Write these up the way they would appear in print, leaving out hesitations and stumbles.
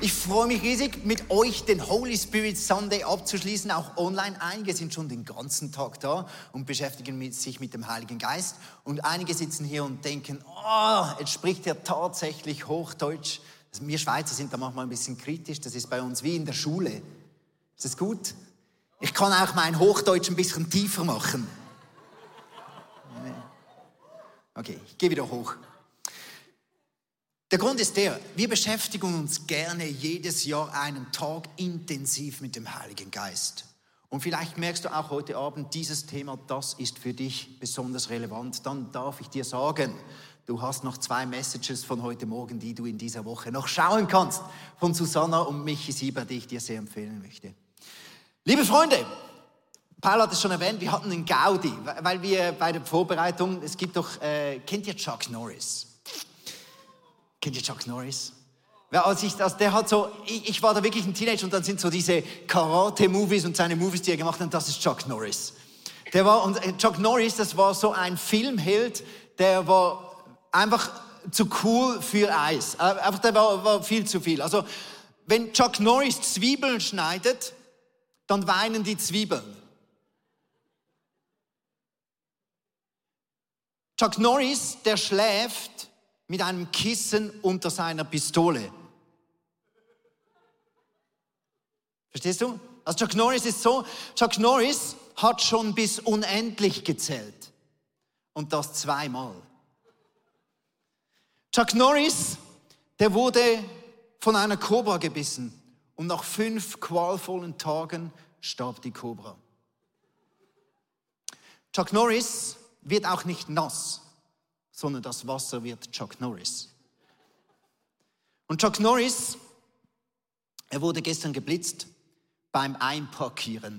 Ich freue mich riesig, mit euch den Holy Spirit Sunday abzuschließen, auch online. Einige sind schon den ganzen Tag da und beschäftigen sich mit dem Heiligen Geist. Und einige sitzen hier und denken, jetzt spricht er tatsächlich Hochdeutsch. Also wir Schweizer sind da manchmal ein bisschen kritisch. Das ist bei uns wie in der Schule. Ist das gut? Ich kann auch mein Hochdeutsch ein bisschen tiefer machen. Okay, ich gehe wieder hoch. Der Grund ist der, wir beschäftigen uns gerne jedes Jahr einen Tag intensiv mit dem Heiligen Geist. Und vielleicht merkst du auch heute Abend, dieses Thema, das ist für dich besonders relevant. Dann darf ich dir sagen, du hast noch 2 Messages von heute Morgen, die du in dieser Woche noch schauen kannst. Von Susanna und Michi Sieber, die ich dir sehr empfehlen möchte. Liebe Freunde, Paul hat es schon erwähnt, wir hatten einen Gaudi, weil wir bei der Vorbereitung, es gibt doch, kennt ihr Chuck Norris? Kennt ihr Chuck Norris? Der hat so, ich war da wirklich ein Teenager und dann sind so diese Karate-Movies und seine Movies, die er gemacht hat, und das ist Chuck Norris. Chuck Norris, das war so ein Filmheld, der war einfach zu cool für Eis. Einfach, der war viel zu viel. Also, wenn Chuck Norris Zwiebeln schneidet, dann weinen die Zwiebeln. Chuck Norris, der schläft mit einem Kissen unter seiner Pistole. Verstehst du? Also Chuck Norris ist so, Chuck Norris hat schon bis unendlich gezählt. Und das 2-mal. Chuck Norris, der wurde von einer Kobra gebissen. Und nach 5 qualvollen Tagen starb die Kobra. Chuck Norris wird auch nicht nass, sondern das Wasser wird Chuck Norris. Und Chuck Norris, er wurde gestern geblitzt beim Einparkieren.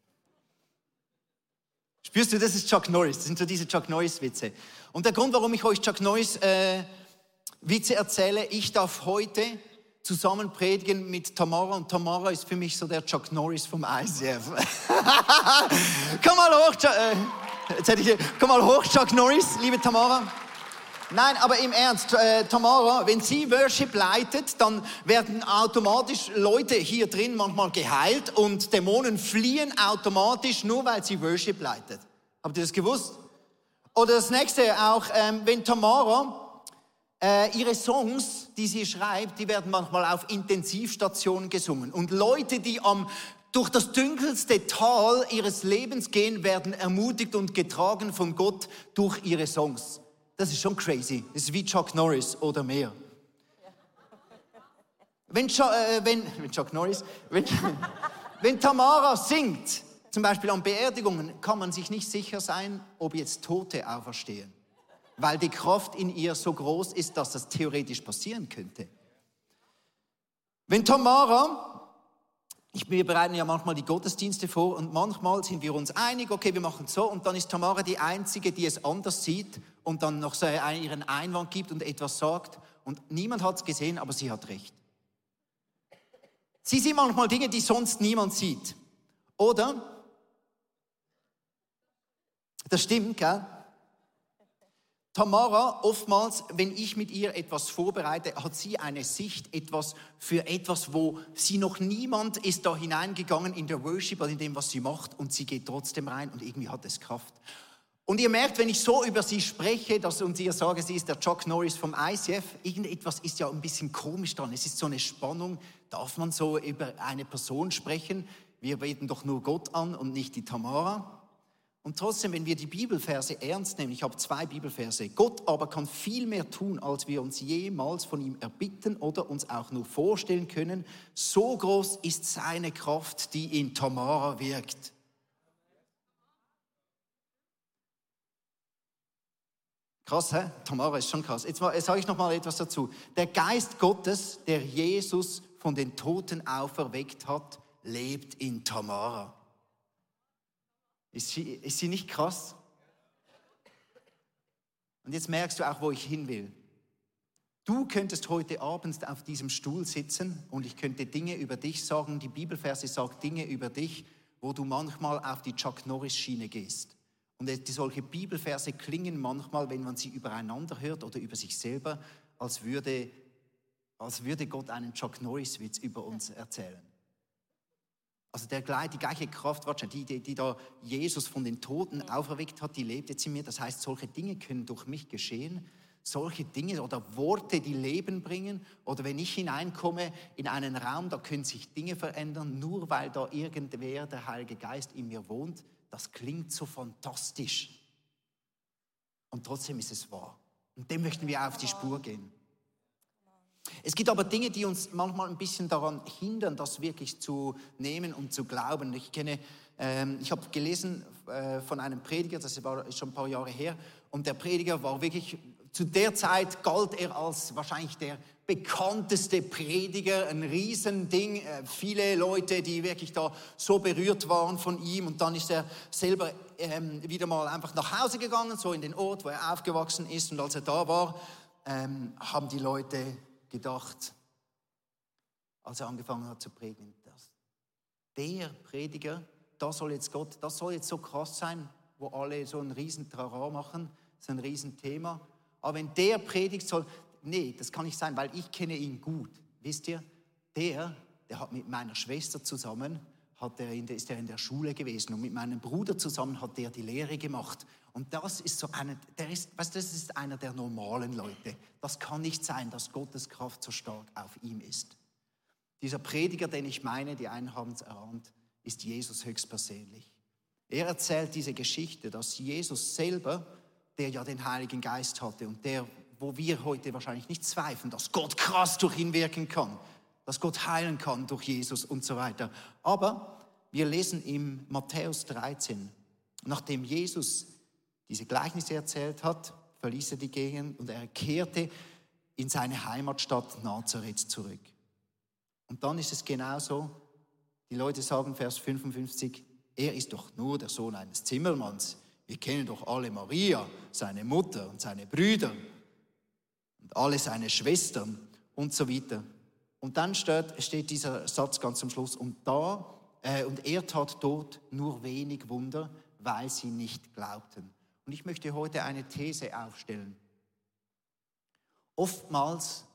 Spürst du, das ist Chuck Norris, das sind so diese Chuck Norris-Witze. Und der Grund, warum ich euch Chuck Norris-Witze erzähle, ich darf heute zusammen predigen mit Tamara und Tamara ist für mich so der Chuck Norris vom ICF. Komm mal hoch, komm mal hoch, Chuck Norris, liebe Tamara. Nein, aber im Ernst, Tamara, wenn sie Worship leitet, dann werden automatisch Leute hier drin manchmal geheilt und Dämonen fliehen automatisch, nur weil sie Worship leitet. Habt ihr das gewusst? Oder das nächste auch, wenn Tamara ihre Songs, die sie schreibt, die werden manchmal auf Intensivstationen gesungen. Und Leute, die durch das dunkelste Tal ihres Lebens gehen, werden ermutigt und getragen von Gott durch ihre Songs. Das ist schon crazy. Das ist wie Chuck Norris oder mehr. Wenn Tamara singt, zum Beispiel an Beerdigungen, kann man sich nicht sicher sein, ob jetzt Tote auferstehen. Weil die Kraft in ihr so groß ist, dass das theoretisch passieren könnte. Wenn Tamara, wir bereiten ja manchmal die Gottesdienste vor und manchmal sind wir uns einig, okay, wir machen es so und dann ist Tamara die Einzige, die es anders sieht und dann noch so ihren Einwand gibt und etwas sagt und niemand hat es gesehen, aber sie hat recht. Sie sieht manchmal Dinge, die sonst niemand sieht. Oder? Das stimmt, gell? Tamara, oftmals, wenn ich mit ihr etwas vorbereite, hat sie eine Sicht für etwas, wo sie noch niemand ist da hineingegangen in der Worship oder in dem, was sie macht und sie geht trotzdem rein und irgendwie hat es Kraft. Und ihr merkt, wenn ich so über sie spreche und ihr sage, sie ist der Chuck Norris vom ICF, irgendetwas ist ja ein bisschen komisch dran. Es ist so eine Spannung, darf man so über eine Person sprechen? Wir beten doch nur Gott an und nicht die Tamara. Und trotzdem, wenn wir die Bibelverse ernst nehmen, ich habe 2 Bibelverse, Gott aber kann viel mehr tun, als wir uns jemals von ihm erbitten oder uns auch nur vorstellen können. So groß ist seine Kraft, die in Tamara wirkt. Krass, hä? Tamara ist schon krass. Jetzt sage ich noch mal etwas dazu. Der Geist Gottes, der Jesus von den Toten auferweckt hat, lebt in Tamara. Ist sie nicht krass? Und jetzt merkst du auch, wo ich hin will. Du könntest heute Abend auf diesem Stuhl sitzen und ich könnte Dinge über dich sagen, die Bibelverse sagt Dinge über dich, wo du manchmal auf die Chuck Norris Schiene gehst. Und solche Bibelverse klingen manchmal, wenn man sie übereinander hört oder über sich selber, als würde als würde Gott einen Chuck Norris-Witz über uns erzählen. Also die gleiche Kraft, die da Jesus von den Toten auferweckt hat, die lebt jetzt in mir. Das heißt, solche Dinge können durch mich geschehen. Solche Dinge oder Worte, die Leben bringen. Oder wenn ich hineinkomme in einen Raum, da können sich Dinge verändern, nur weil da irgendwer, der Heilige Geist, in mir wohnt. Das klingt so fantastisch. Und trotzdem ist es wahr. Und dem möchten wir auf die Spur gehen. Es gibt aber Dinge, die uns manchmal ein bisschen daran hindern, das wirklich zu nehmen und zu glauben. Ich habe gelesen von einem Prediger, ist schon ein paar Jahre her, und der Prediger war wirklich, zu der Zeit galt er als wahrscheinlich der bekannteste Prediger, ein Riesending, viele Leute, die wirklich da so berührt waren von ihm, und dann ist er selber wieder mal einfach nach Hause gegangen, so in den Ort, wo er aufgewachsen ist, und als er da war, haben die Leute gedacht, als er angefangen hat zu predigen, dass der Prediger, das soll jetzt so krass sein, wo alle so ein riesen Trara machen, so ein riesen Thema. Aber wenn der predigt soll, nee, das kann nicht sein, weil ich kenne ihn gut. Wisst ihr, der hat mit meiner Schwester zusammen, ist er in der Schule gewesen, und mit meinem Bruder zusammen hat der die Lehre gemacht. Und das ist so das ist einer der normalen Leute. Das kann nicht sein, dass Gottes Kraft so stark auf ihm ist. Dieser Prediger, den ich meine, die einen haben es erahnt, ist Jesus höchstpersönlich. Er erzählt diese Geschichte, dass Jesus selber, der ja den Heiligen Geist hatte und der, wo wir heute wahrscheinlich nicht zweifeln, dass Gott krass durch ihn wirken kann, dass Gott heilen kann durch Jesus und so weiter. Aber wir lesen im Matthäus 13, nachdem Jesus diese Gleichnisse erzählt hat, verließ er die Gegend und er kehrte in seine Heimatstadt Nazareth zurück. Und dann ist es genauso, die Leute sagen, Vers 55, er ist doch nur der Sohn eines Zimmermanns. Wir kennen doch alle Maria, seine Mutter und seine Brüder und alle seine Schwestern und so weiter. Und dann steht dieser Satz ganz am Schluss, und er tat dort nur wenig Wunder, weil sie nicht glaubten. Und ich möchte heute eine These aufstellen. Oftmals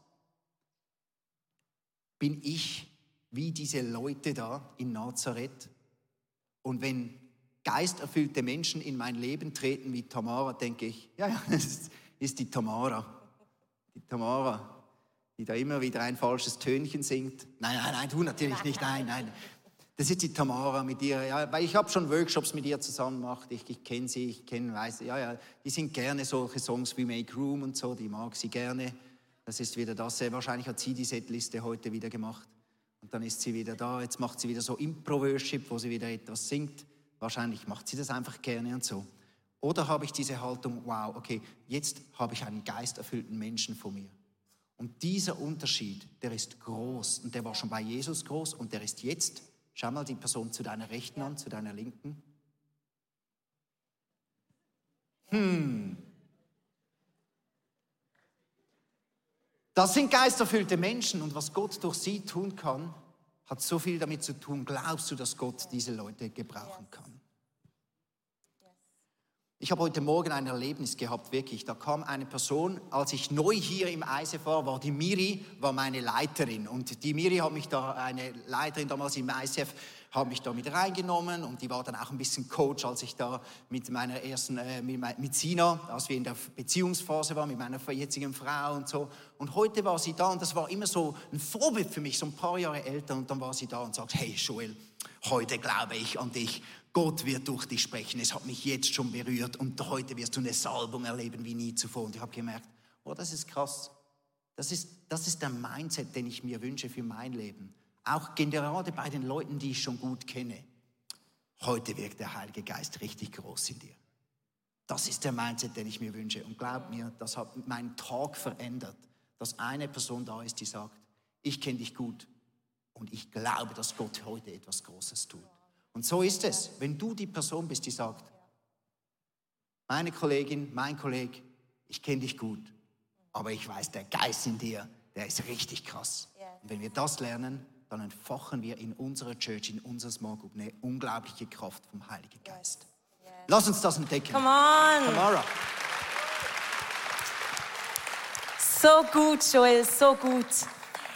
bin ich wie diese Leute da in Nazareth, und wenn geisterfüllte Menschen in mein Leben treten wie Tamara, denke ich, ja, das ist die Tamara. Die Tamara, die da immer wieder ein falsches Tönchen singt. Nein, du natürlich nicht, nein. Das ist die Tamara mit ihr, ja, weil ich habe schon Workshops mit ihr zusammen gemacht. Ich kenne sie, weiß, die singt gerne solche Songs wie Make Room und so, die mag sie gerne. Das ist wieder das, wahrscheinlich hat sie die Setliste heute wieder gemacht. Und dann ist sie wieder da, jetzt macht sie wieder so Impro-Worship, wo sie wieder etwas singt. Wahrscheinlich macht sie das einfach gerne und so. Oder habe ich diese Haltung, wow, okay, jetzt habe ich einen geisterfüllten Menschen vor mir. Und dieser Unterschied, der ist groß, und der war schon bei Jesus groß, und der ist jetzt. Schau mal die Person zu deiner Rechten an, zu deiner Linken. Das sind geisterfüllte Menschen, und was Gott durch sie tun kann, hat so viel damit zu tun. Glaubst du, dass Gott diese Leute gebrauchen kann? Ich habe heute Morgen ein Erlebnis gehabt, wirklich. Da kam eine Person, als ich neu hier im ICF war, die Miri, war meine Leiterin. Und die Miri hat mich da, eine Leiterin damals im ICF, hat mich da mit reingenommen, und die war dann auch ein bisschen Coach, als ich da mit meiner ersten, mit Sina, als wir in der Beziehungsphase waren, mit meiner jetzigen Frau und so. Und heute war sie da, und das war immer so ein Vorbild für mich, so ein paar Jahre älter, und dann war sie da und sagt, hey Joel, heute glaube ich an dich. Gott wird durch dich sprechen, es hat mich jetzt schon berührt, und heute wirst du eine Salbung erleben wie nie zuvor. Und ich habe gemerkt, oh, das ist krass. Das ist der Mindset, den ich mir wünsche für mein Leben. Auch gerade bei den Leuten, die ich schon gut kenne. Heute wirkt der Heilige Geist richtig groß in dir. Das ist der Mindset, den ich mir wünsche. Und glaub mir, das hat meinen Tag verändert, dass eine Person da ist, die sagt, ich kenne dich gut und ich glaube, dass Gott heute etwas Großes tut. Und so ist es, wenn du die Person bist, die sagt, meine Kollegin, mein Kollege, ich kenne dich gut, aber ich weiß, der Geist in dir, der ist richtig krass. Und wenn wir das lernen, dann entfachen wir in unserer Church, in unserer Small Group eine unglaubliche Kraft vom Heiligen Geist. Lass uns das entdecken. Come on. Tamara. So gut, Joel, so gut.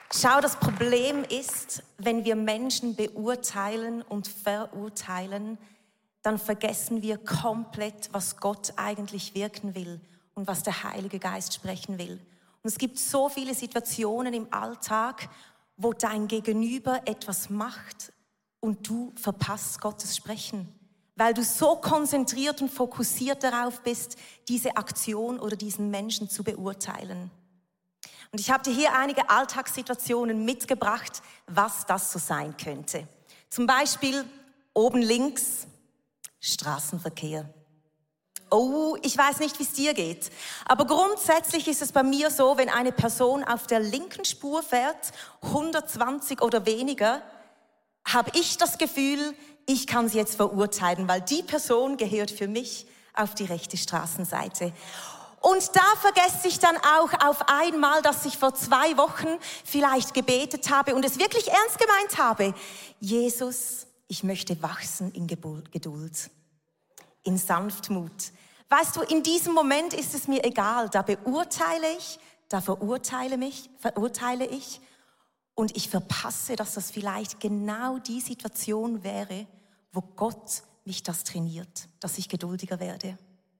Schau, das Problem ist, wenn wir Menschen beurteilen und verurteilen, dann vergessen wir komplett, was Gott eigentlich wirken will und was der Heilige Geist sprechen will. Und es gibt so viele Situationen im Alltag, wo dein Gegenüber etwas macht und du verpasst Gottes Sprechen, weil du so konzentriert und fokussiert darauf bist, diese Aktion oder diesen Menschen zu beurteilen. Und ich habe dir hier einige Alltagssituationen mitgebracht, was das so sein könnte. Zum Beispiel oben links Straßenverkehr. Oh, ich weiß nicht, wie es dir geht. Aber grundsätzlich ist es bei mir so, wenn eine Person auf der linken Spur fährt, 120 oder weniger, habe ich das Gefühl, ich kann sie jetzt verurteilen, weil die Person gehört für mich auf die rechte Straßenseite. Und da vergesse ich dann auch auf einmal, dass ich vor 2 Wochen vielleicht gebetet habe und es wirklich ernst gemeint habe. Jesus, ich möchte wachsen in Geduld, in Sanftmut. Weißt du, in diesem Moment ist es mir egal, da beurteile ich, da verurteile ich und ich verpasse, dass das vielleicht genau die Situation wäre, wo Gott mich das trainiert, dass ich geduldiger werde.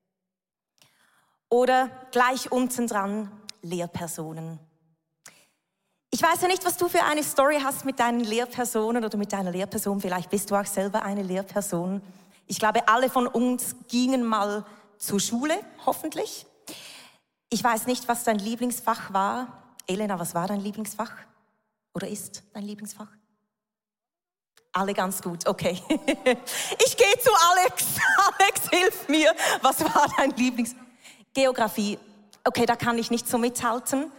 Oder gleich unten dran Lehrpersonen. Ich weiß ja nicht, was du für eine Story hast mit deinen Lehrpersonen oder mit deiner Lehrperson. Vielleicht bist du auch selber eine Lehrperson. Ich glaube, alle von uns gingen mal zur Schule, hoffentlich. Ich weiß nicht, was dein Lieblingsfach war. Elena, was war dein Lieblingsfach? Oder ist dein Lieblingsfach? Alle ganz gut, okay. Ich gehe zu Alex. Alex, hilf mir. Was war dein Lieblingsfach? Geografie, okay, da kann ich nicht so mithalten.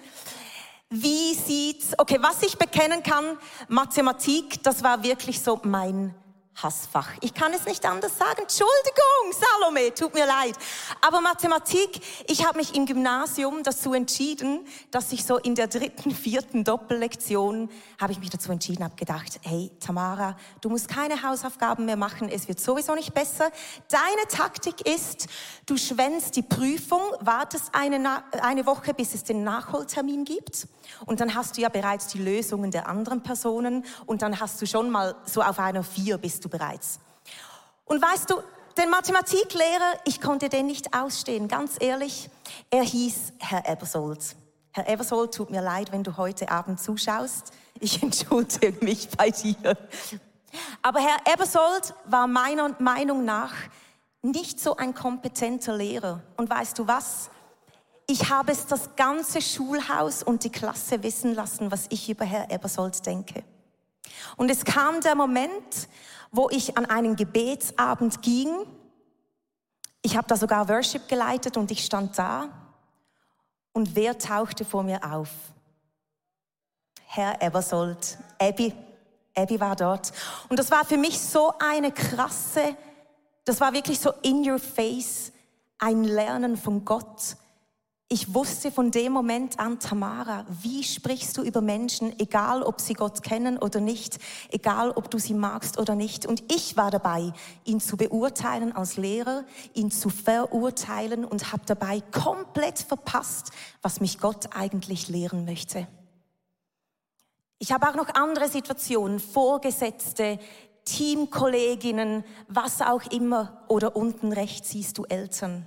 Was ich bekennen kann, Mathematik, das war wirklich so mein Hassfach. Ich kann es nicht anders sagen. Entschuldigung, Salome, tut mir leid. Aber Mathematik, ich habe mich im Gymnasium dazu entschieden, dass ich so in der 3., 4. Doppellektion habe ich mich dazu entschieden, habe gedacht, hey Tamara, du musst keine Hausaufgaben mehr machen, es wird sowieso nicht besser. Deine Taktik ist, du schwänzt die Prüfung, wartest eine Woche, bis es den Nachholtermin gibt und dann hast du ja bereits die Lösungen der anderen Personen und dann hast du schon mal so auf einer 4 bist du bereits. Und weißt du, den Mathematiklehrer, ich konnte den nicht ausstehen, ganz ehrlich, er hieß Herr Ebersold. Herr Ebersold, tut mir leid, wenn du heute Abend zuschaust, ich entschuldige mich bei dir. Aber Herr Ebersold war meiner Meinung nach nicht so ein kompetenter Lehrer. Und weißt du was? Ich habe es das ganze Schulhaus und die Klasse wissen lassen, was ich über Herr Ebersold denke. Und es kam der Moment, wo ich an einen Gebetsabend ging. Ich habe da sogar Worship geleitet und ich stand da. Und wer tauchte vor mir auf? Herr Ebersold. Abby war dort. Und das war für mich so eine krasse, das war wirklich so in your face, ein Lernen von Gott. Ich wusste von dem Moment an, Tamara, wie sprichst du über Menschen, egal ob sie Gott kennen oder nicht, egal ob du sie magst oder nicht. Und ich war dabei, ihn zu beurteilen als Lehrer, ihn zu verurteilen und habe dabei komplett verpasst, was mich Gott eigentlich lehren möchte. Ich habe auch noch andere Situationen, Vorgesetzte, Teamkolleginnen, was auch immer, oder unten rechts siehst du Eltern.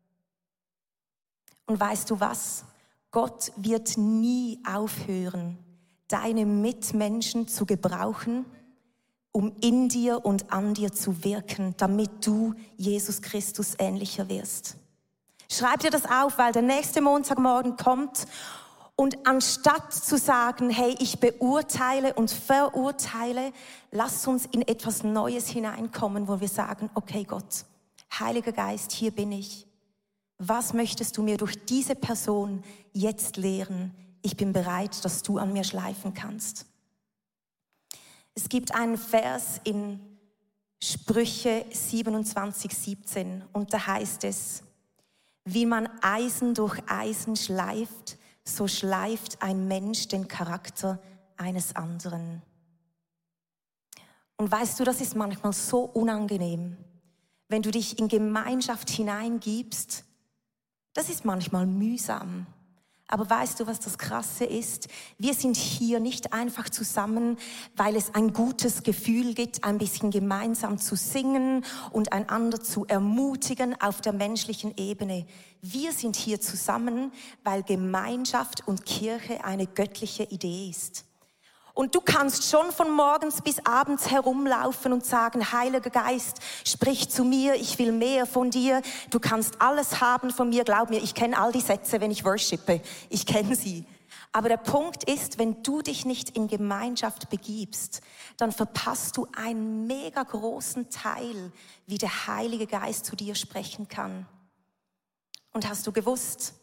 Und weißt du was? Gott wird nie aufhören, deine Mitmenschen zu gebrauchen, um in dir und an dir zu wirken, damit du Jesus Christus ähnlicher wirst. Schreib dir das auf, weil der nächste Montagmorgen kommt und anstatt zu sagen, hey, ich beurteile und verurteile, lass uns in etwas Neues hineinkommen, wo wir sagen, okay Gott, Heiliger Geist, hier bin ich. Was möchtest du mir durch diese Person jetzt lehren? Ich bin bereit, dass du an mir schleifen kannst. Es gibt einen Vers in Sprüche 27,17 und da heißt es, wie man Eisen durch Eisen schleift, so schleift ein Mensch den Charakter eines anderen. Und weißt du, das ist manchmal so unangenehm, wenn du dich in Gemeinschaft hineingibst. Das ist manchmal mühsam. Aber weißt du, was das Krasse ist? Wir sind hier nicht einfach zusammen, weil es ein gutes Gefühl gibt, ein bisschen gemeinsam zu singen und einander zu ermutigen auf der menschlichen Ebene. Wir sind hier zusammen, weil Gemeinschaft und Kirche eine göttliche Idee ist. Und du kannst schon von morgens bis abends herumlaufen und sagen, Heiliger Geist, sprich zu mir, ich will mehr von dir. Du kannst alles haben von mir, glaub mir, ich kenne all die Sätze, wenn ich worshipe. Ich kenne sie. Aber der Punkt ist, wenn du dich nicht in Gemeinschaft begibst, dann verpasst du einen mega großen Teil, wie der Heilige Geist zu dir sprechen kann. Und hast du gewusst,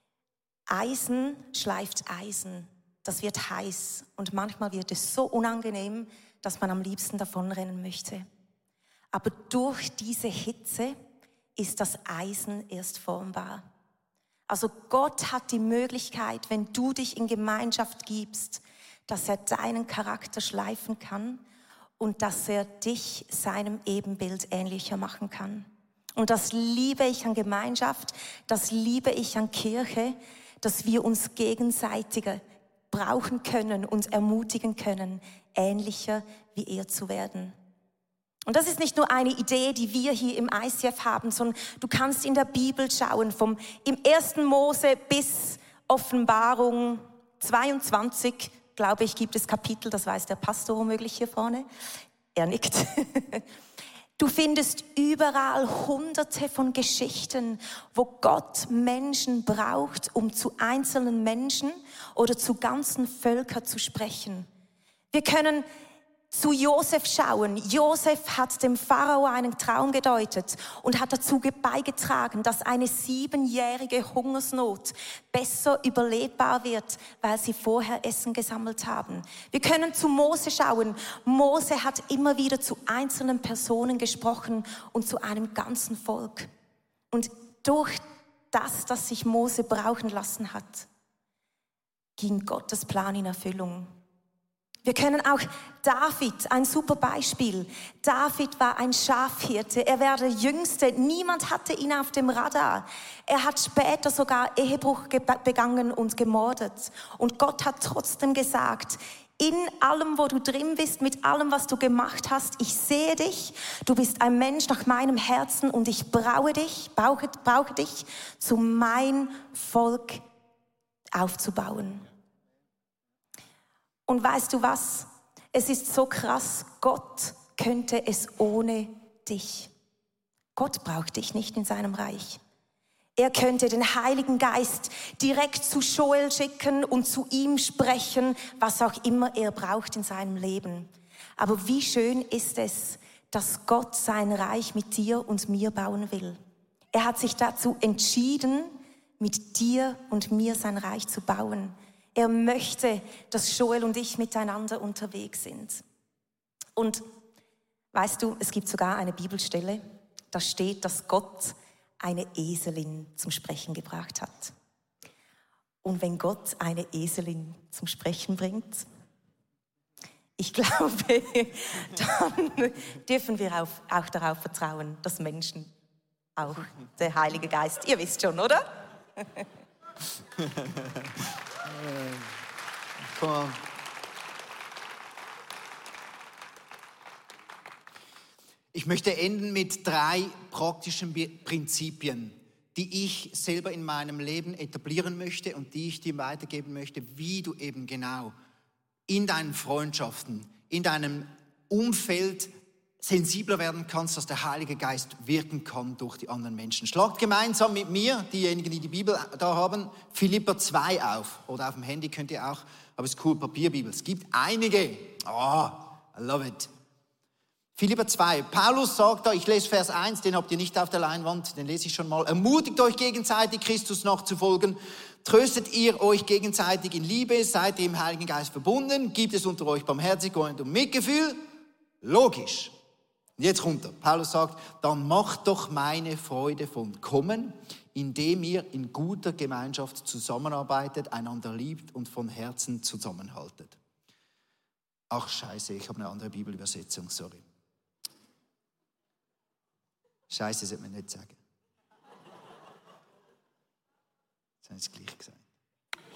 Eisen schleift Eisen. Das wird heiß und manchmal wird es so unangenehm, dass man am liebsten davonrennen möchte. Aber durch diese Hitze ist das Eisen erst formbar. Also Gott hat die Möglichkeit, wenn du dich in Gemeinschaft gibst, dass er deinen Charakter schleifen kann und dass er dich seinem Ebenbild ähnlicher machen kann. Und das liebe ich an Gemeinschaft, das liebe ich an Kirche, dass wir uns gegenseitiger brauchen können, uns ermutigen können, ähnlicher wie er zu werden. Und das ist nicht nur eine Idee, die wir hier im ICF haben, sondern du kannst in der Bibel schauen, im 1. Mose bis Offenbarung 22, glaube ich, gibt es Kapitel, das weiß der Pastor womöglich hier vorne. Er nickt. Du findest überall Hunderte von Geschichten, wo Gott Menschen braucht, um zu einzelnen Menschen oder zu ganzen Völkern zu sprechen. Wir können zu Josef schauen. Josef hat dem Pharao einen Traum gedeutet und hat dazu beigetragen, dass eine 7-jährige Hungersnot besser überlebbar wird, weil sie vorher Essen gesammelt haben. Wir können zu Mose schauen. Mose hat immer wieder zu einzelnen Personen gesprochen und zu einem ganzen Volk. Und durch das, dass sich Mose brauchen lassen hat, ging Gottes Plan in Erfüllung. Wir können auch David, ein super Beispiel. David war ein Schafhirte, er war der Jüngste, niemand hatte ihn auf dem Radar. Er hat später sogar Ehebruch begangen und gemordet. Und Gott hat trotzdem gesagt, in allem, wo du drin bist, mit allem, was du gemacht hast, ich sehe dich, du bist ein Mensch nach meinem Herzen und ich brauche dich, zu mein Volk aufzubauen. Und weißt du was? Es ist so krass, Gott könnte es ohne dich. Gott braucht dich nicht in seinem Reich. Er könnte den Heiligen Geist direkt zu Joel schicken und zu ihm sprechen, was auch immer er braucht in seinem Leben. Aber wie schön ist es, dass Gott sein Reich mit dir und mir bauen will. Er hat sich dazu entschieden, mit dir und mir sein Reich zu bauen. Er möchte, dass Joel und ich miteinander unterwegs sind. Und weißt du, es gibt sogar eine Bibelstelle, da steht, dass Gott eine Eselin zum Sprechen gebracht hat. Und wenn Gott eine Eselin zum Sprechen bringt, ich glaube, dann dürfen wir auch darauf vertrauen, dass Menschen, auch der Heilige Geist, ihr wisst schon, oder? Come on. Ich möchte enden mit 3 praktischen Prinzipien, die ich selber in meinem Leben etablieren möchte und die ich dir weitergeben möchte, wie du eben genau in deinen Freundschaften, in deinem Umfeld sensibler werden kannst, dass der Heilige Geist wirken kann durch die anderen Menschen. Schlagt gemeinsam mit mir, diejenigen, die die Bibel da haben, Philipper 2 auf. Oder auf dem Handy könnt ihr auch, aber es ist cool, Papierbibel. Es gibt einige. Oh, I love it. Philipper 2. Paulus sagt da, ich lese Vers 1, den habt ihr nicht auf der Leinwand, den lese ich schon mal. Ermutigt euch gegenseitig, Christus nachzufolgen. Tröstet ihr euch gegenseitig in Liebe, seid ihr im Heiligen Geist verbunden, gibt es unter euch Barmherzigkeit und Mitgefühl. Logisch. Jetzt runter. Paulus sagt, dann macht doch meine Freude vollkommen, indem ihr in guter Gemeinschaft zusammenarbeitet, einander liebt und von Herzen zusammenhaltet. Ach scheiße, ich habe eine andere Bibelübersetzung, sorry. Scheiße, sollte man nicht sagen. Das habe ich gleich gesagt.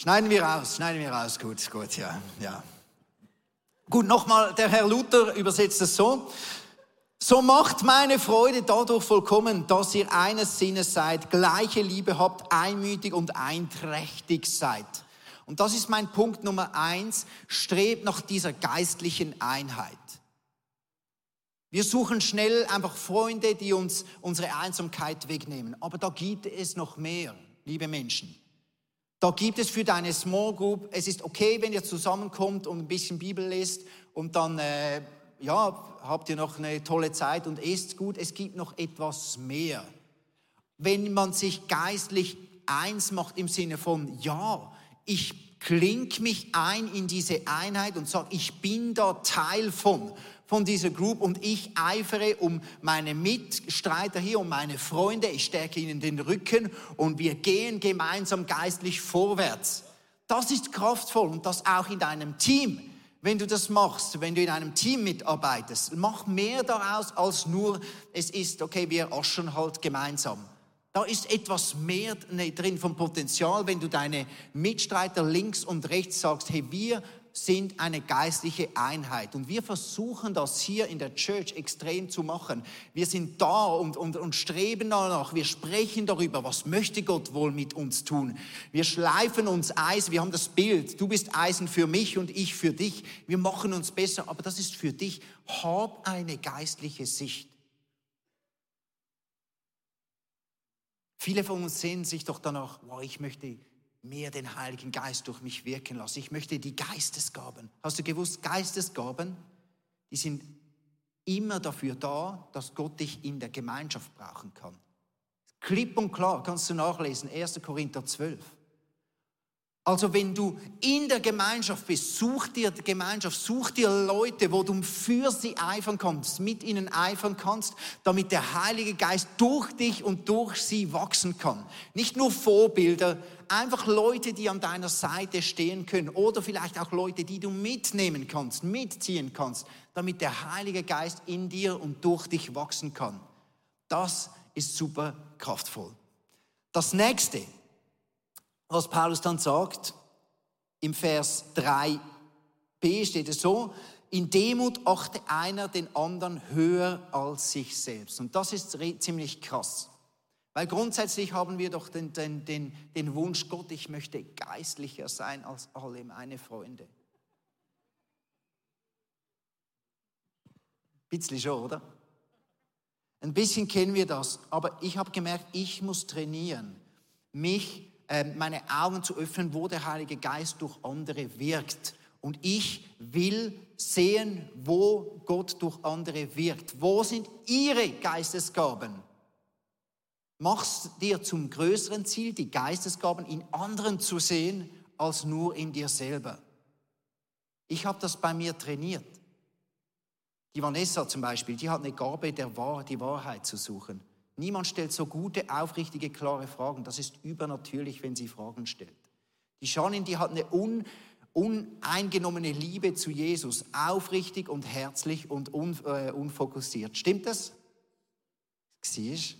Schneiden wir raus, gut, ja. Gut, nochmal, der Herr Luther übersetzt es so. So macht meine Freude dadurch vollkommen, dass ihr eines Sinnes seid, gleiche Liebe habt, einmütig und einträchtig seid. Und das ist mein Punkt Nummer 1, strebt nach dieser geistlichen Einheit. Wir suchen schnell einfach Freunde, die uns unsere Einsamkeit wegnehmen. Aber da gibt es noch mehr, liebe Menschen. Da gibt es für deine Small Group, es ist okay, wenn ihr zusammenkommt und ein bisschen Bibel lest und dann, habt ihr noch eine tolle Zeit und esst gut. Es gibt noch etwas mehr. Wenn man sich geistlich eins macht im Sinne von, ja, ich klinke mich ein in diese Einheit und sage, ich bin da Teil von dieser Group und ich eifere um meine Mitstreiter hier, um meine Freunde, ich stärke ihnen den Rücken und wir gehen gemeinsam geistlich vorwärts. Das ist kraftvoll und das auch in deinem Team. Wenn du das machst, wenn du in einem Team mitarbeitest, mach mehr daraus als nur, es ist, okay, wir aschen halt gemeinsam. Da ist etwas mehr drin vom Potenzial, wenn du deine Mitstreiter links und rechts sagst, hey, wir sind eine geistliche Einheit. Und wir versuchen das hier in der Church extrem zu machen. Wir sind da und streben danach. Wir sprechen darüber, was möchte Gott wohl mit uns tun. Wir schleifen uns Eisen. Wir haben das Bild. Du bist Eisen für mich und ich für dich. Wir machen uns besser. Aber das ist für dich. Hab eine geistliche Sicht. Viele von uns sehnen sich doch danach, wow, ich möchte mehr den Heiligen Geist durch mich wirken lassen. Ich möchte die Geistesgaben. Hast du gewusst, Geistesgaben, die sind immer dafür da, dass Gott dich in der Gemeinschaft brauchen kann. Klipp und klar, kannst du nachlesen, 1. Korinther 12. Also wenn du in der Gemeinschaft bist, such dir Gemeinschaft, such dir Leute, wo du für sie eifern kannst, mit ihnen eifern kannst, damit der Heilige Geist durch dich und durch sie wachsen kann. Nicht nur Vorbilder, einfach Leute, die an deiner Seite stehen können oder vielleicht auch Leute, die du mitnehmen kannst, mitziehen kannst, damit der Heilige Geist in dir und durch dich wachsen kann. Das ist super kraftvoll. Das Nächste, was Paulus dann sagt, im Vers 3b steht es so, in Demut achte einer den anderen höher als sich selbst. Und das ist ziemlich krass. Weil grundsätzlich haben wir doch den Wunsch, Gott, ich möchte geistlicher sein als alle meine Freunde. Ein bisschen schon, oder? Ein bisschen kennen wir das, aber ich habe gemerkt, ich muss trainieren, meine Augen zu öffnen, wo der Heilige Geist durch andere wirkt. Und ich will sehen, wo Gott durch andere wirkt. Wo sind ihre Geistesgaben? Mach's dir zum größeren Ziel, die Geistesgaben in anderen zu sehen, als nur in dir selber. Ich habe das bei mir trainiert. Die Vanessa zum Beispiel, die hat eine Gabe, die Wahrheit zu suchen. Niemand stellt so gute, aufrichtige, klare Fragen. Das ist übernatürlich, wenn sie Fragen stellt. Die Janine, die hat eine uneingenommene Liebe zu Jesus. Aufrichtig und herzlich und unfokussiert. Stimmt das? Siehst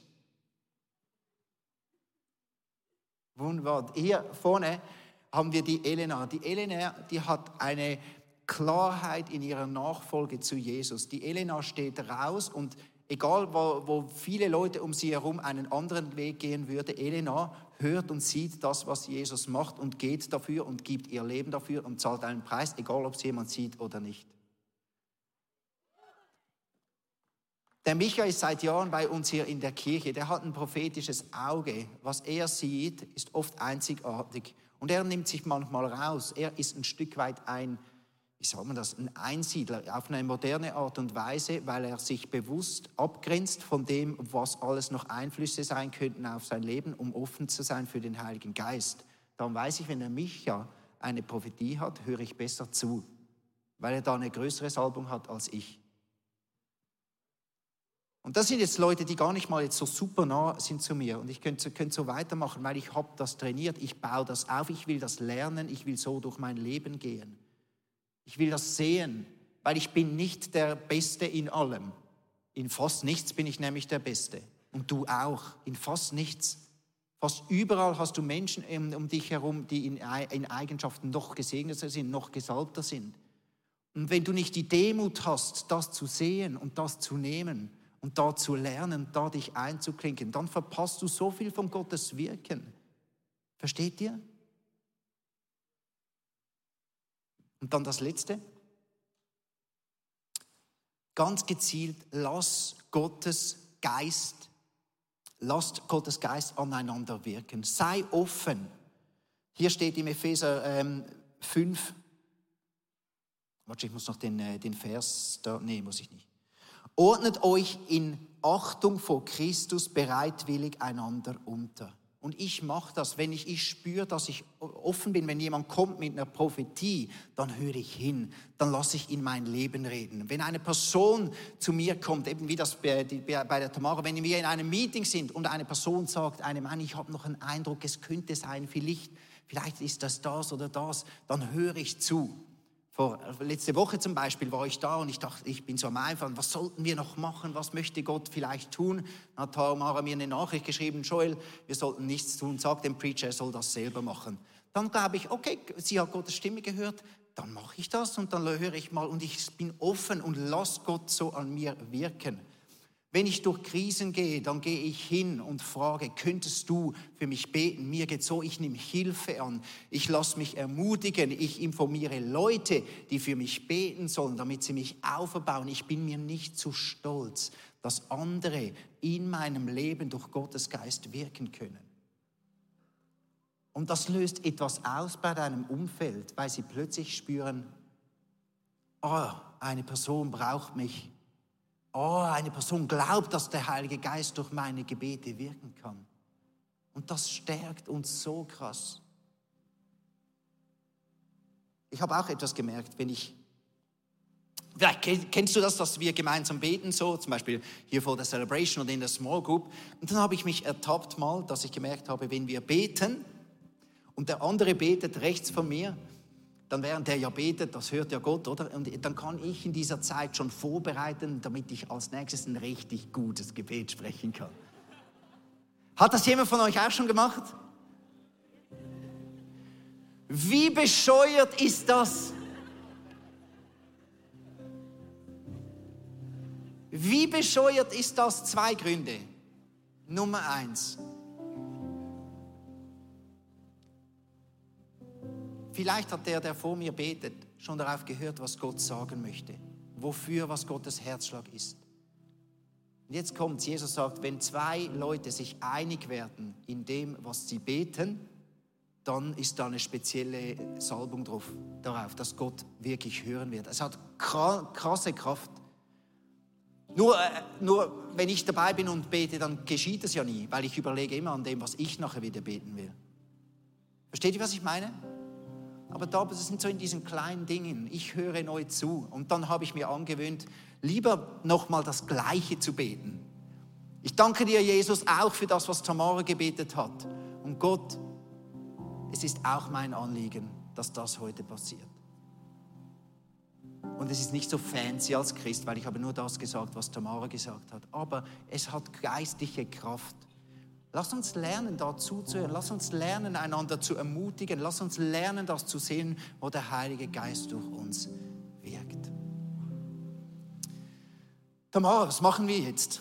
du? Wunderbar. Hier vorne haben wir die Elena. Die Elena, die hat eine Klarheit in ihrer Nachfolge zu Jesus. Die Elena steht raus und egal, wo viele Leute um sie herum einen anderen Weg gehen würden, Elena hört und sieht das, was Jesus macht und geht dafür und gibt ihr Leben dafür und zahlt einen Preis, egal ob es jemand sieht oder nicht. Der Micha ist seit Jahren bei uns hier in der Kirche. Der hat ein prophetisches Auge. Was er sieht, ist oft einzigartig. Und er nimmt sich manchmal raus. Er ist ein Stück weit ein Einsiedler auf eine moderne Art und Weise, weil er sich bewusst abgrenzt von dem, was alles noch Einflüsse sein könnten auf sein Leben, um offen zu sein für den Heiligen Geist. Darum weiß ich, wenn der Micha eine Prophetie hat, höre ich besser zu, weil er da eine größere Salbung hat als ich. Und das sind jetzt Leute, die gar nicht mal jetzt so super nah sind zu mir. Und ich könnte so weitermachen, weil ich habe das trainiert, ich baue das auf, ich will das lernen, ich will so durch mein Leben gehen. Ich will das sehen, weil ich bin nicht der Beste in allem. In fast nichts bin ich nämlich der Beste. Und du auch, in fast nichts. Fast überall hast du Menschen um dich herum, die in Eigenschaften noch gesegneter sind, noch gesalbter sind. Und wenn du nicht die Demut hast, das zu sehen und das zu nehmen und da zu lernen, da dich einzuklinken, dann verpasst du so viel von Gottes Wirken. Versteht ihr? Und dann das Letzte. Ganz gezielt, lasst Gottes Geist aneinander wirken. Sei offen. Hier steht im Epheser 5, warte, ich muss noch den Vers da, nee, muss ich nicht. Ordnet euch in Achtung vor Christus bereitwillig einander unter. Und ich mache das, wenn ich spüre, dass ich offen bin, wenn jemand kommt mit einer Prophetie, dann höre ich hin, dann lasse ich in mein Leben reden. Wenn eine Person zu mir kommt, eben wie das bei der Tamara, wenn wir in einem Meeting sind und eine Person sagt einem, ich habe noch einen Eindruck, es könnte sein, vielleicht ist das oder das, dann höre ich zu. Letzte Woche zum Beispiel war ich da und ich dachte, ich bin so am Einfallen, was sollten wir noch machen, was möchte Gott vielleicht tun? Dann hat Tamara mir eine Nachricht geschrieben, Joel, wir sollten nichts tun, sag dem Preacher, er soll das selber machen. Dann glaube ich, okay, sie hat Gottes Stimme gehört, dann mache ich das und dann höre ich mal und ich bin offen und lasse Gott so an mir wirken. Wenn ich durch Krisen gehe, dann gehe ich hin und frage, könntest du für mich beten? Mir geht so, ich nehme Hilfe an, ich lasse mich ermutigen, ich informiere Leute, die für mich beten sollen, damit sie mich aufbauen. Ich bin mir nicht zu stolz, dass andere in meinem Leben durch Gottes Geist wirken können. Und das löst etwas aus bei deinem Umfeld, weil sie plötzlich spüren, eine Person braucht mich. Eine Person glaubt, dass der Heilige Geist durch meine Gebete wirken kann. Und das stärkt uns so krass. Ich habe auch etwas gemerkt, vielleicht kennst du das, dass wir gemeinsam beten, so zum Beispiel hier vor der Celebration oder in der Small Group. Und dann habe ich mich ertappt mal, dass ich gemerkt habe, wenn wir beten und der andere betet rechts von mir, dann während der ja betet, das hört ja Gott, oder? Und dann kann ich in dieser Zeit schon vorbereiten, damit ich als nächstes ein richtig gutes Gebet sprechen kann. Hat das jemand von euch auch schon gemacht? Wie bescheuert ist das? Wie bescheuert ist das? 2 Gründe. Nummer 1. Vielleicht hat der vor mir betet, schon darauf gehört, was Gott sagen möchte. Wofür, was Gottes Herzschlag ist. Und jetzt kommt, Jesus sagt, wenn 2 Leute sich einig werden in dem, was sie beten, dann ist da eine spezielle Salbung darauf, dass Gott wirklich hören wird. Es hat krasse Kraft. Nur wenn ich dabei bin und bete, dann geschieht es ja nie, weil ich überlege immer an dem, was ich nachher wieder beten will. Versteht ihr, was ich meine? Aber das sind so in diesen kleinen Dingen. Ich höre neu zu. Und dann habe ich mir angewöhnt, lieber nochmal das Gleiche zu beten. Ich danke dir, Jesus, auch für das, was Tamara gebetet hat. Und Gott, es ist auch mein Anliegen, dass das heute passiert. Und es ist nicht so fancy als Christ, weil ich habe nur das gesagt, was Tamara gesagt hat. Aber es hat geistliche Kraft. Lass uns lernen, da zuzuhören. Lass uns lernen, einander zu ermutigen. Lass uns lernen, das zu sehen, wo der Heilige Geist durch uns wirkt. Tamara, was machen wir jetzt?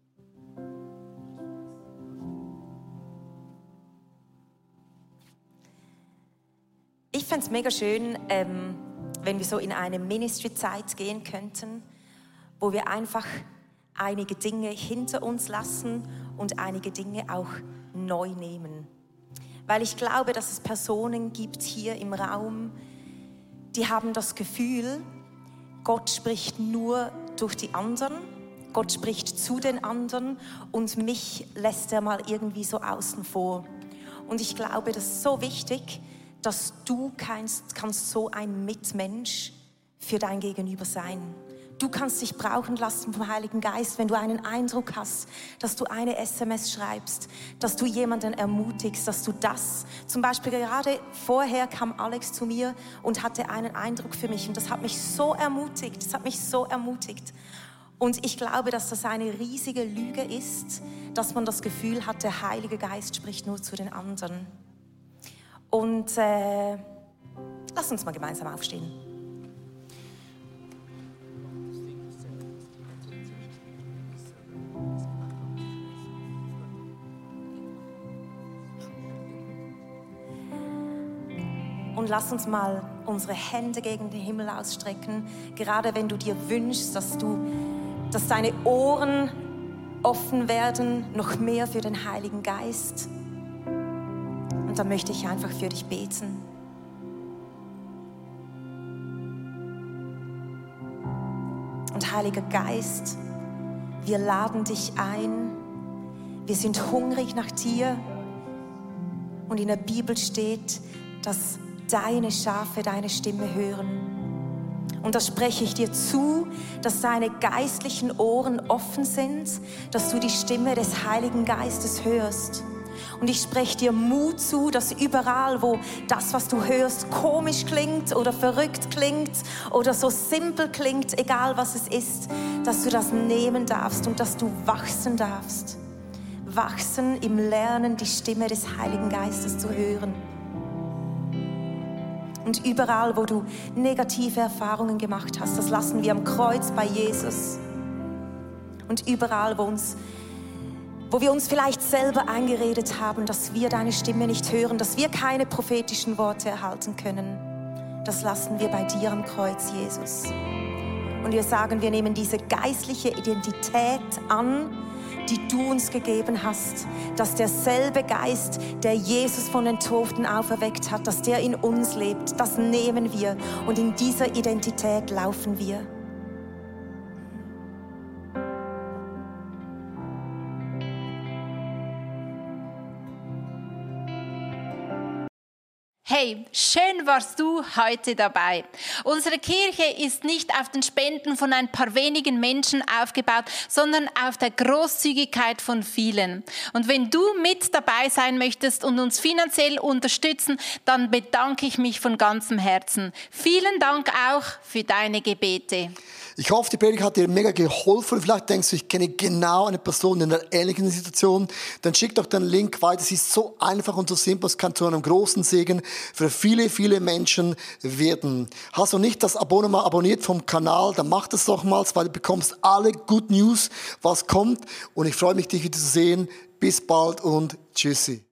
Ich fände es mega schön, wenn wir so in eine Ministry-Zeit gehen könnten, wo wir einfach einige Dinge hinter uns lassen und einige Dinge auch neu nehmen. Weil ich glaube, dass es Personen gibt hier im Raum, die haben das Gefühl, Gott spricht nur durch die anderen, Gott spricht zu den anderen und mich lässt er mal irgendwie so außen vor. Und ich glaube, das ist so wichtig, dass du kannst so ein Mitmensch für dein Gegenüber sein. Du kannst dich brauchen lassen vom Heiligen Geist, wenn du einen Eindruck hast, dass du eine SMS schreibst, dass du jemanden ermutigst, dass du das, zum Beispiel gerade vorher kam Alex zu mir und hatte einen Eindruck für mich und das hat mich so ermutigt, Und ich glaube, dass das eine riesige Lüge ist, dass man das Gefühl hat, der Heilige Geist spricht nur zu den anderen. Und lass uns mal gemeinsam aufstehen. Und lass uns mal unsere Hände gegen den Himmel ausstrecken, gerade wenn du dir wünschst, dass deine Ohren offen werden, noch mehr für den Heiligen Geist. Und dann möchte ich einfach für dich beten. Und Heiliger Geist, wir laden dich ein. Wir sind hungrig nach dir. Und in der Bibel steht, dass deine Schafe deine Stimme hören. Und da spreche ich dir zu, dass deine geistlichen Ohren offen sind, dass du die Stimme des Heiligen Geistes hörst. Und ich spreche dir Mut zu, dass überall, wo das, was du hörst, komisch klingt oder verrückt klingt oder so simpel klingt, egal was es ist, dass du das nehmen darfst und dass du wachsen darfst. Wachsen im Lernen, die Stimme des Heiligen Geistes zu hören. Und überall, wo du negative Erfahrungen gemacht hast, das lassen wir am Kreuz bei Jesus. Und überall, wo wir uns vielleicht selber eingeredet haben, dass wir deine Stimme nicht hören, dass wir keine prophetischen Worte erhalten können, das lassen wir bei dir am Kreuz, Jesus. Und wir sagen, wir nehmen diese geistliche Identität an, die du uns gegeben hast, dass derselbe Geist, der Jesus von den Toten auferweckt hat, dass der in uns lebt, das nehmen wir und in dieser Identität laufen wir. Hey, schön warst du heute dabei. Unsere Kirche ist nicht auf den Spenden von ein paar wenigen Menschen aufgebaut, sondern auf der Großzügigkeit von vielen. Und wenn du mit dabei sein möchtest und uns finanziell unterstützen, dann bedanke ich mich von ganzem Herzen. Vielen Dank auch für deine Gebete. Ich hoffe, die Predigt hat dir mega geholfen. Vielleicht denkst du, ich kenne genau eine Person in einer ähnlichen Situation. Dann schick doch den Link weiter. Es ist so einfach und so simpel. Es kann zu einem großen Segen für viele, viele Menschen werden. Hast du nicht das Abonnement abonniert vom Kanal, dann mach das doch mal, weil du bekommst alle Good News, was kommt. Und ich freue mich, dich wieder zu sehen. Bis bald und tschüssi.